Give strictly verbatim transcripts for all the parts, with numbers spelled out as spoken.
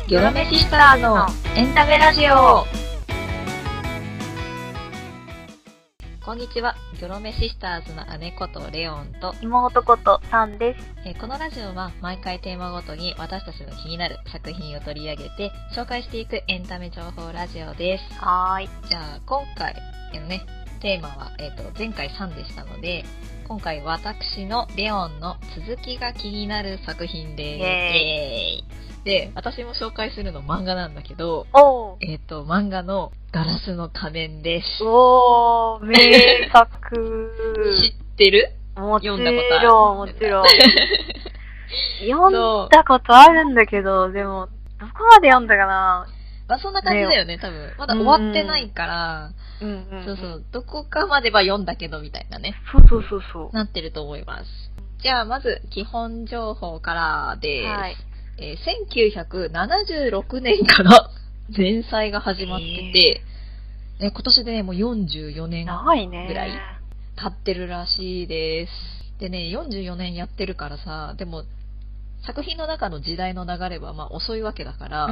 ギョロメシスターズのエンタメラジオ。こんにちは。ギョロメシスターズの姉ことレオンと妹ことサンです。 えーこのラジオは毎回テーマごとに私たちの気になる作品を取り上げて紹介していくエンタメ情報ラジオです。 はーい。 じゃあ今回のねテーマは、えー、と前回さんでしたので、今回私のレオンの続きが気になる作品です。 イエーイで、私も紹介するの漫画なんだけど、 おー。 えっ、と漫画のガラスの仮面です。 おー、名作。 知ってる？ もち読んだことある？ ろん、もちろん。読んだことあるんだけど、でも、どこまで読んだかな。 まあそんな感じだよね、多分。まだ終わってないから、 うんうんうん、 そうそう、どこかまでは読んだけどみたいなね。 そうそうそうそう。 なってると思います。じゃあまず基本情報からです。はい。えー、せんきゅうひゃくななじゅうろくねんから連載が始まってて、えー、今年でね、もうよんじゅうよねんぐらい経ってるらしいです。でね、よんじゅうよねんやってるからさ、でも作品の中の時代の流れはまあ遅いわけだから、 うんうん、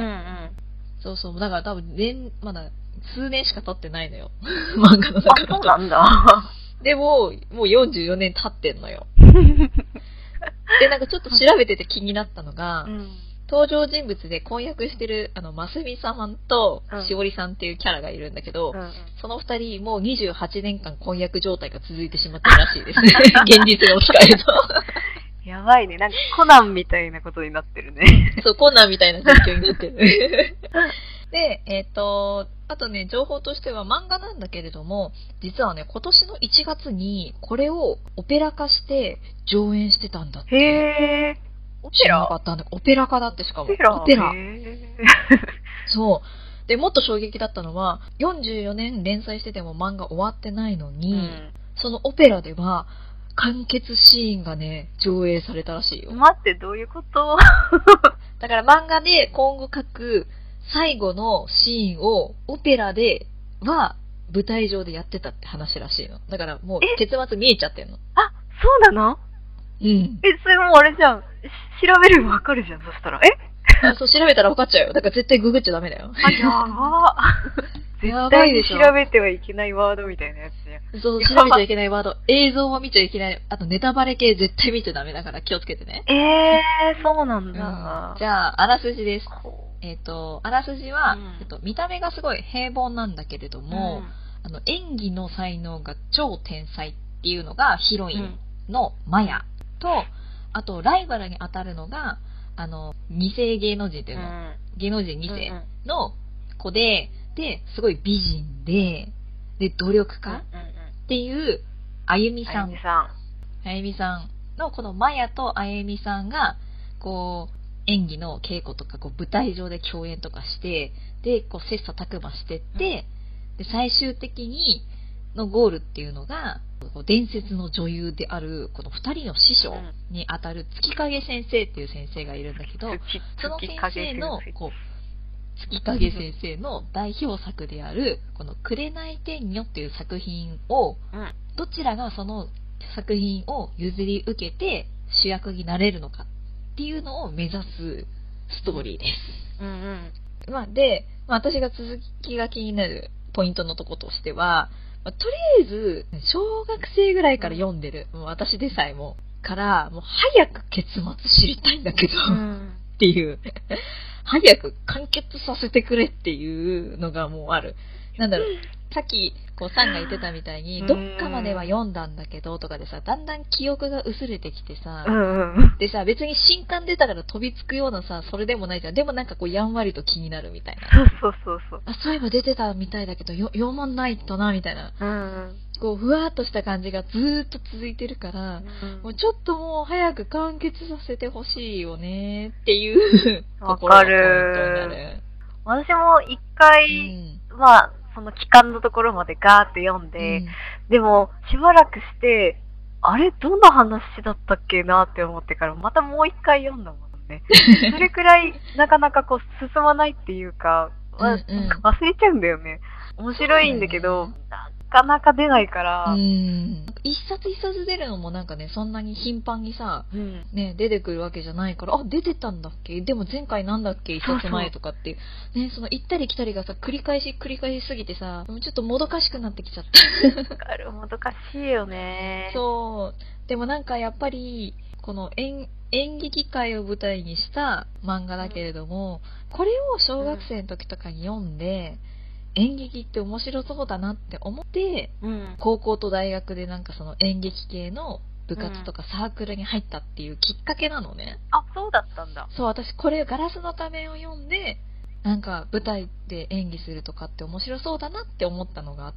そうそう、だから多分年、まだ数年しか経ってないのよ。漫画の中だと。 あ、そうなんだ。 でも、もうよんじゅうよねん経ってんのよ。で、なんかちょっと調べてて気になったのが、うん、登場人物で婚約してる、あの、ますみ様としおりさんっていうキャラがいるんだけど、うん、その二人もうにじゅうはちねんかん婚約状態が続いてしまってるらしいです。現実に置き換えると。 やばいね。なんかコナンみたいなことになってるね。 そう、コナンみたいな状況になってる。で、えっと、あとね、情報としては漫画なんだけれども、実はね、今年のいちがつにこれをオペラ化して上演してたんだって。 へー。オペラ？ 知らなかったんだ。オペラ化だってしかも。 オペラ？ オペラ。そう。で、もっと衝撃だったのは、よんじゅうよねん連載してても漫画終わってないのに、うん、そのオペラでは、完結シーンがね、上映されたらしいよ。 待って、どういうこと？ だから漫画で今後書く最後のシーンをオペラでは舞台上でやってたって話らしいの。だからもう結末見えちゃってんの。 あ、そうなの？ うん。 え、それもうあれじゃん。調べればわかるじゃん、そしたら。えあ、そう、調べたらわかっちゃうよ。だから絶対ググっちゃダメだよ。 あ、やばー。絶対に調べてはいけないワードみたいなやつや。 そう、調べちゃいけないワード。映像は見ちゃいけない。あとネタバレ系絶対見ちゃダメだから気をつけてね。 えー、そうなんだ。うん、 じゃあ、あらすじです。えっと、あらすじは、うん、えっと、見た目がすごい平凡なんだけれども、うん、あの、演技の才能が超天才っていうのがヒロインのマヤと、あと、ライバルに当たるのが、あの、二世芸能人っていうの、うん、芸能人二世の子で、で、すごい美人で、で、努力家っていう、あゆみさん。あゆみさん。あゆみさんの、このマヤとあゆみさんが、こう、演技の稽古とか、こう、舞台上で共演とかして、で、こう、切磋琢磨してって、で、最終的に、のゴールっていうのが、伝説の女優であるこの二人の師匠にあたる月影先生っていう先生がいるんだけど、その先生のこう月影先生の代表作であるこの紅天女っていう作品を、どちらがその作品を譲り受けて主役になれるのかっていうのを目指すストーリーです。うんうん、まあ、で、まあ、私が続きが気になるポイントのところとしては、とりあえず小学生ぐらいから読んでる、もう私でさえもからもう早く結末知りたいんだけど、うん、っていう早く完結させてくれっていうのがもうある。なんだろう、さっきこうさんが言ってたみたいに、どっかまでは読んだんだけどとかでさ、だんだん記憶が薄れてきてさ、うんうん、でさ、別に新刊出たから飛びつくようなさ、それでもないじゃん。でもなんかこうやんわりと気になるみたいな。 そうそうそう。 あ、そういえば出てたみたいだけど、よ読まないとなみたいな。うんうん、こうふわーっとした感じがずーっと続いてるから、うん、もうちょっともう早く完結させてほしいよねっていうところがポイントになる。 私も一回、うん、まあその期間のところまでガーって読んで、うん、でもしばらくしてあれどんな話だったっけなって思ってからまたもう一回読んだもんね。それくらいなかなかこう進まないっていうか、うんうん、忘れちゃうんだよね。面白いんだけど、ね、 かなか出ないから。 うん。一冊一冊出るのもなんかね、そんなに頻繁にさ、うん、ね、出てくるわけじゃないから、あ、出てたんだっけ？でも前回なんだっけ？一冊前とかっていう。そうそうね、その行ったり来たりがさ、繰り返し繰り返しすぎてさ、ちょっともどかしくなってきちゃった。 わかる、もどかしいよね。 そう。でもなんかやっぱり、この演、演劇界を舞台にした漫画だけれども、うん、これを小学生の時とかに読んで、うん、演劇って面白そうだなって思って、うん、高校と大学でなんかその演劇系の部活とかサークルに入ったっていうきっかけなのね。 あ、そうだったんだ。 そう、私これガラスの仮面を読んで、なんか舞台で演技するとかって面白そうだなって思ったのがあって。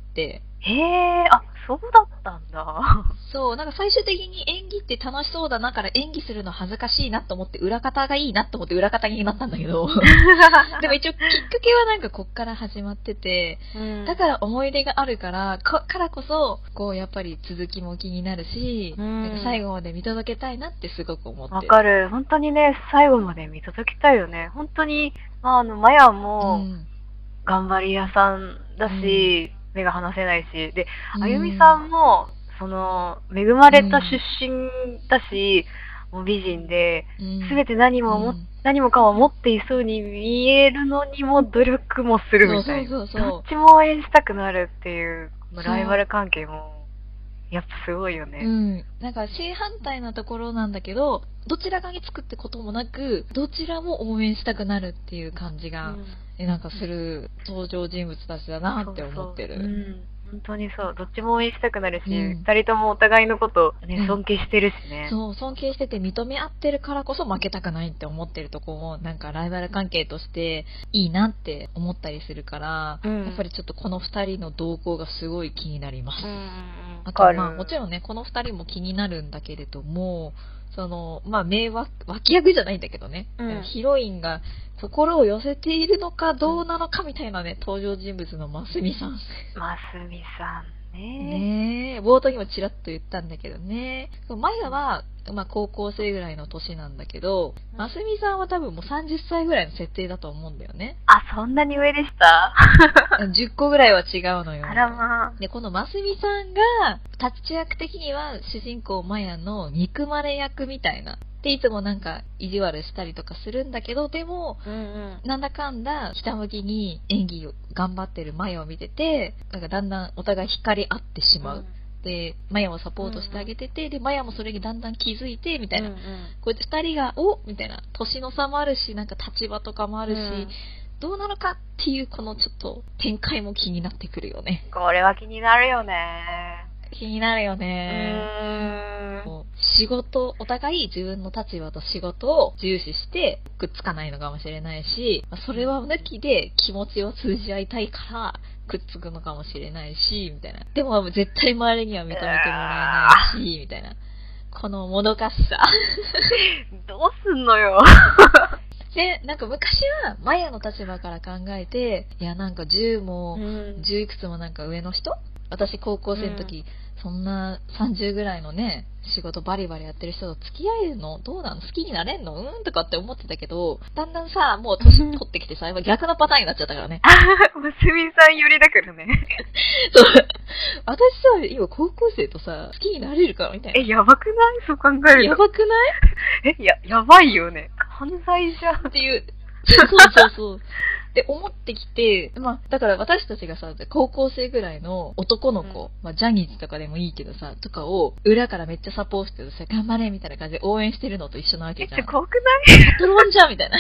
へえ、あ、そうだったんだ。 そう、なんか最終的に演技って楽しそうだなから演技するの恥ずかしいなと思って裏方がいいなと思って裏方になったんだけどでも一応きっかけはなんかこっから始まってて、うん、だから思い出があるからこからこそこうやっぱり続きも気になるし、うん、なんか最後まで見届けたいなってすごく思ってる。 わかる。本当にね、最後まで見届けたいよね。本当に、まあ、あのマヤも頑張り屋さんだし、うん、目が離せないし、で、あゆみさんも、その、恵まれた出身だし、うん、もう美人で、すべ、うん、て何もも、うん、何もかも持っていそうに見えるのにも努力もするみたいな。そうそうそうそう。どっちも応援したくなるっていう、ライバル関係も、やっぱすごいよね。 うん。なんか正反対なところなんだけど、どちらかにつくってこともなく、どちらも応援したくなるっていう感じが、うん、えなんかする登場人物たちだなって思ってる。 そうそう、うん、本当にそう。どっちも応援したくなるし、うん、二人ともお互いのこと、ね、尊敬してるしね、 うん。そう、尊敬してて認め合ってるからこそ負けたくないって思ってるとこも、なんかライバル関係としていいなって思ったりするから、うん、やっぱりちょっとこの二人の動向がすごい気になります。うん、あとまあもちろんね、この二人も気になるんだけれども、その、まあ、名脇、脇役じゃないんだけどね、うん、ヒロインが心を寄せているのかどうなのかみたいなね、登場人物のますみさん。 ますみさんね。 ねえ、冒頭にもちらっと言ったんだけどね。マヤは、まあ、高校生ぐらいの年なんだけど、うん、ますみさんは多分もうさんじゅっさいぐらいの設定だと思うんだよね。 あ、そんなに上でしたじゅっこぐらいは違うのよ。 あらまあ。 で、このますみさんが、タッチ役的には主人公マヤの憎まれ役みたいな。で、いつもなんか意地悪したりとかするんだけど、でも、うんうん、なんだかんだひたむきに演技を頑張ってるマヤを見てて、なんかだんだんお互い惹かれ合ってしまう。うん、で、マヤをサポートしてあげてて、うんうん、で、マヤもそれにだんだん気づいて、みたいな。うんうん、こうやって二人が、おみたいな。年の差もあるし、なんか立場とかもあるし、うん、どうなのかっていう、このちょっと展開も気になってくるよね。 これは気になるよね。 気になるよね。うーん、仕事、お互い自分の立場と仕事を重視してくっつかないのかもしれないし、それは抜きで気持ちを通じ合いたいからくっつくのかもしれないし、みたいな。でも絶対周りには認めてもらえないし、みたいな。このもどかしさ。 どうすんのよ。 で、なんか昔はマヤの立場から考えて、いやなんかじゅうも、じゅういくつもなんか上の人、私高校生の時、うん、そんなさんじゅうぐらいのね、仕事バリバリやってる人と付き合えるのどうなの好きになれんのうんとかって思ってたけど、だんだんさ、もう年取ってきてさ、今逆のパターンになっちゃったからね。 あ、むすみさん寄りだからね。 そう。私さ、今高校生とさ、好きになれるかみたいな。 え、やばくないそう考えると。 やばくないえ、や、やばいよね。犯罪じゃん。 っていう。そうそうそう。って思ってきて、まあ、だから私たちがさ、高校生ぐらいの男の子、うん、まあ、ジャニーズとかでもいいけどさ、とかを、裏からめっちゃサポートしてさ、頑張れみたいな感じで応援してるのと一緒なわけじゃん。 めっちゃ怖くないドローンじゃんみたいな。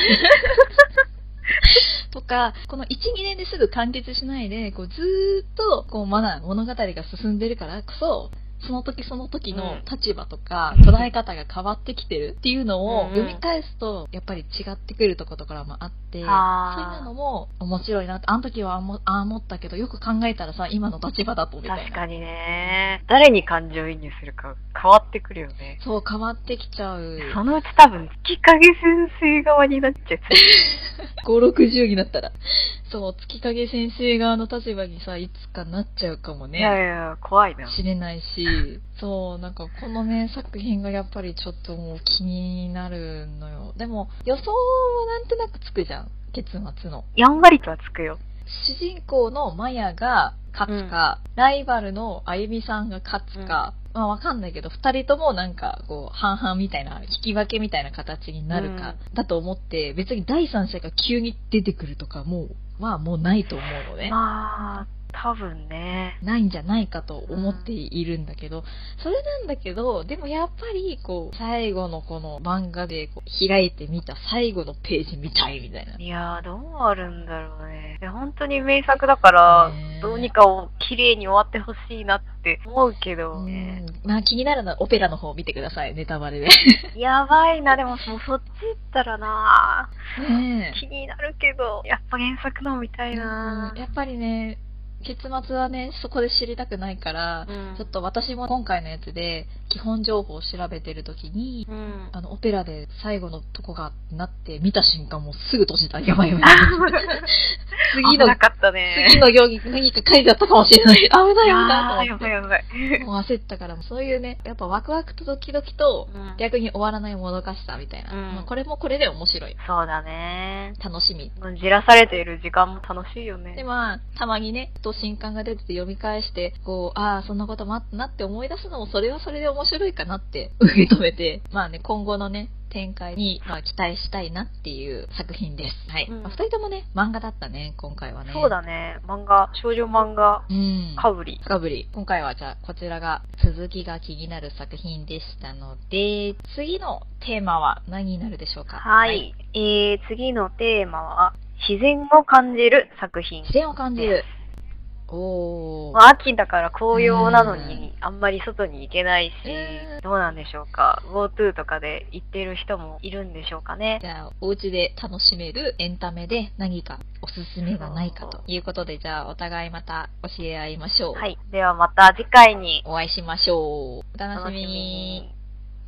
とか、このいち、にねんですぐ完結しないで、こう、ずーっと、こう、まだ物語が進んでるからこそ、その時その時の立場とか捉え方が変わってきてるっていうのを読み返すとやっぱり違ってくるところとかもあって、そういうのも面白いなって、あの時はああ思ったけどよく考えたらさ今の立場だとみたいな。 確かにね、誰に感情移入するか変わってくるよね。 そう変わってきちゃう。 そのうち多分月影先生側になっちゃう。 ご、ろくじゅうになったらそう月影先生側の立場にさいつかなっちゃうかもね。 いやいや怖いな。 知れないし。そう、なんかこのね、作品がやっぱりちょっともう気になるのよ。でも、予想はなんとなくつくじゃん。結末の。 やんわりとはつくよ。 主人公のマヤが勝つか、うん、ライバルのあゆみさんが勝つか、うん、まあわかんないけど、二人ともなんかこう、半々みたいな、引き分けみたいな形になるか、だと思って、別に第三者が急に出てくるとか、もう、まあもうないと思うのね。 まあ、多分ね。 ないんじゃないかと思っているんだけど、うん、それなんだけど、でもやっぱり、こう、最後のこの漫画でこう開いてみた最後のページ見たいみたいな。 いやー、どうあるんだろうね。本当に名作だから、どうにかを綺麗に終わってほしいなって思うけどね。 うん、まあ気になるのはオペラの方を見てください、ネタバレで。 やばいな、でももうそっち行ったらな、 ね、 気になるけど、やっぱ原作の見たいな。 やっぱりね、結末はね、そこで知りたくないから、うん、ちょっと私も今回のやつで基本情報を調べてるときに、うん、あのオペラで最後のとこがなって見た瞬間もうすぐ閉じた。やばいやばい。次の、 かったね、 次の行に何か書いてあったかもしれない。危ない危ないと思って。 やばいやばい。 もう焦ったから、そういうね、やっぱワクワクとドキドキと、逆に終わらないもどかしさみたいな。うん、まあ、これもこれで面白い。 そうだね。 楽しみ。 じらされている時間も楽しいよね。 で、まあ、たまにね、新刊が出てて読み返して、こう、ああ、そんなこともあったなって思い出すのも、それはそれで面白いかなって受け止めて、まあね、今後のね、展開に、まあ、期待したいなっていう作品です。はい。うん、まあ、二人ともね、漫画だったね、今回はね。 そうだね。漫画、少女漫画、うん。かぶり。 かぶり。今回はじゃあ、こちらが続きが気になる作品でしたので、次のテーマは何になるでしょうか？ はい。はい、えー、次のテーマは、自然を感じる作品。 自然を感じる。おー。 まあ、秋だから紅葉なのにあんまり外に行けないし、どうなんでしょうか。GoTo とかで行ってる人もいるんでしょうかね。 じゃあ、お家で楽しめるエンタメで何かおすすめがないかということで、じゃあお互いまた教え合いましょう。 はい。ではまた次回にお会いしましょう。お楽しみに。